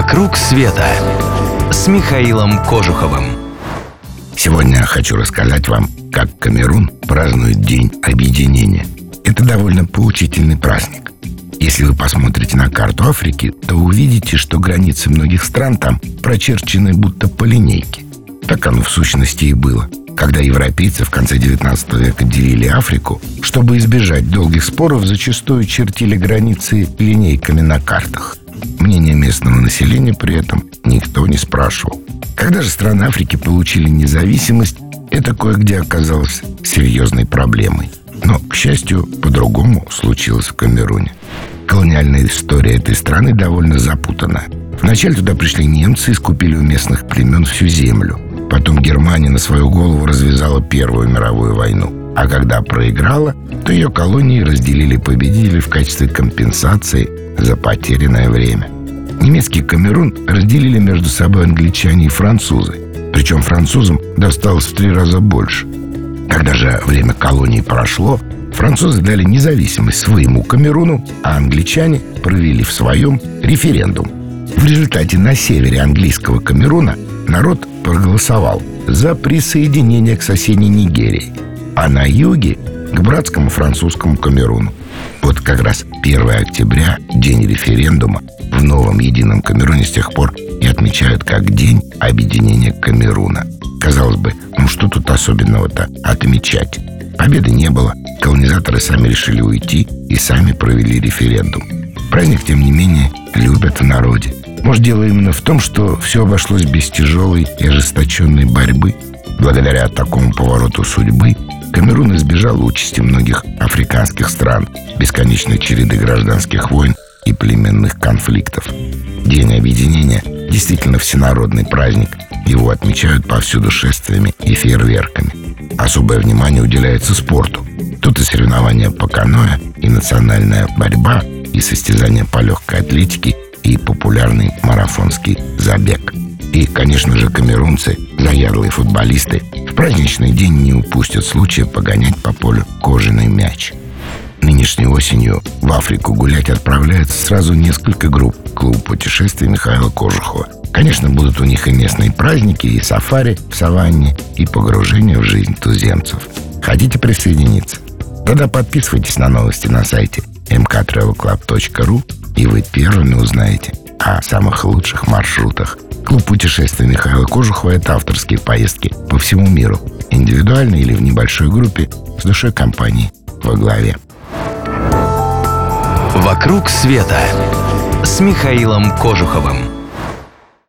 «Вокруг света» с Михаилом Кожуховым. Сегодня хочу рассказать вам, как Камерун празднует День объединения. Это довольно поучительный праздник. Если вы посмотрите на карту Африки, то увидите, что границы многих стран там прочерчены будто по линейке. Так оно в сущности и было, когда европейцы в конце 19 века делили Африку. Чтобы избежать долгих споров, зачастую чертили границы линейками на картах. Мнение местного населения при этом никто не спрашивал. Когда же страны Африки получили независимость, это кое-где оказалось серьезной проблемой. Но, к счастью, по-другому случилось в Камеруне. Колониальная история этой страны довольно запутана. Вначале туда пришли немцы и скупили у местных племен всю землю. Потом Германия на свою голову развязала Первую мировую войну. А когда проиграла, то ее колонии разделили победители в качестве компенсации за потерянное время. Немецкий Камерун разделили между собой англичане и французы. Причем французам досталось в 3 раза больше. Когда же время колонии прошло, французы дали независимость своему Камеруну, а англичане провели в своем референдум. В результате на севере английского Камеруна народ проголосовал за присоединение к соседней Нигерии, а на юге — к братскому французскому Камеруну. Вот как раз 1 октября, день референдума, в новом едином Камеруне с тех пор и отмечают как День объединения Камеруна. Казалось бы, что тут особенного-то отмечать? Победы не было, колонизаторы сами решили уйти и сами провели референдум. Праздник, тем не менее, любят в народе. Может, дело именно в том, что все обошлось без тяжелой и ожесточенной борьбы. Благодаря такому повороту судьбы Камерун избежал участи многих африканских стран, бесконечной череды гражданских войн и племенных конфликтов. День объединения действительно всенародный праздник. Его отмечают повсюду шествиями и фейерверками. Особое внимание уделяется спорту. Тут и соревнования по каноэ, и национальная борьба, и состязания по легкой атлетике, и популярный марафонский забег. И, конечно же, камерунцы, заядлые футболисты, в праздничный день не упустят случая погонять по полю кожаный мяч. Нынешней осенью в Африку гулять отправляются сразу несколько групп клуба путешествий Михаила Кожухова. Конечно, будут у них и местные праздники, и сафари в саванне, и погружение в жизнь туземцев. Хотите присоединиться? Тогда подписывайтесь на новости на сайте mktravelclub.ru, и вы первыми узнаете о самых лучших маршрутах. Клуб путешествий Михаила Кожухова — это авторские поездки по всему миру, индивидуально или в небольшой группе, с душой компании во главе. «Вокруг света» с Михаилом Кожуховым.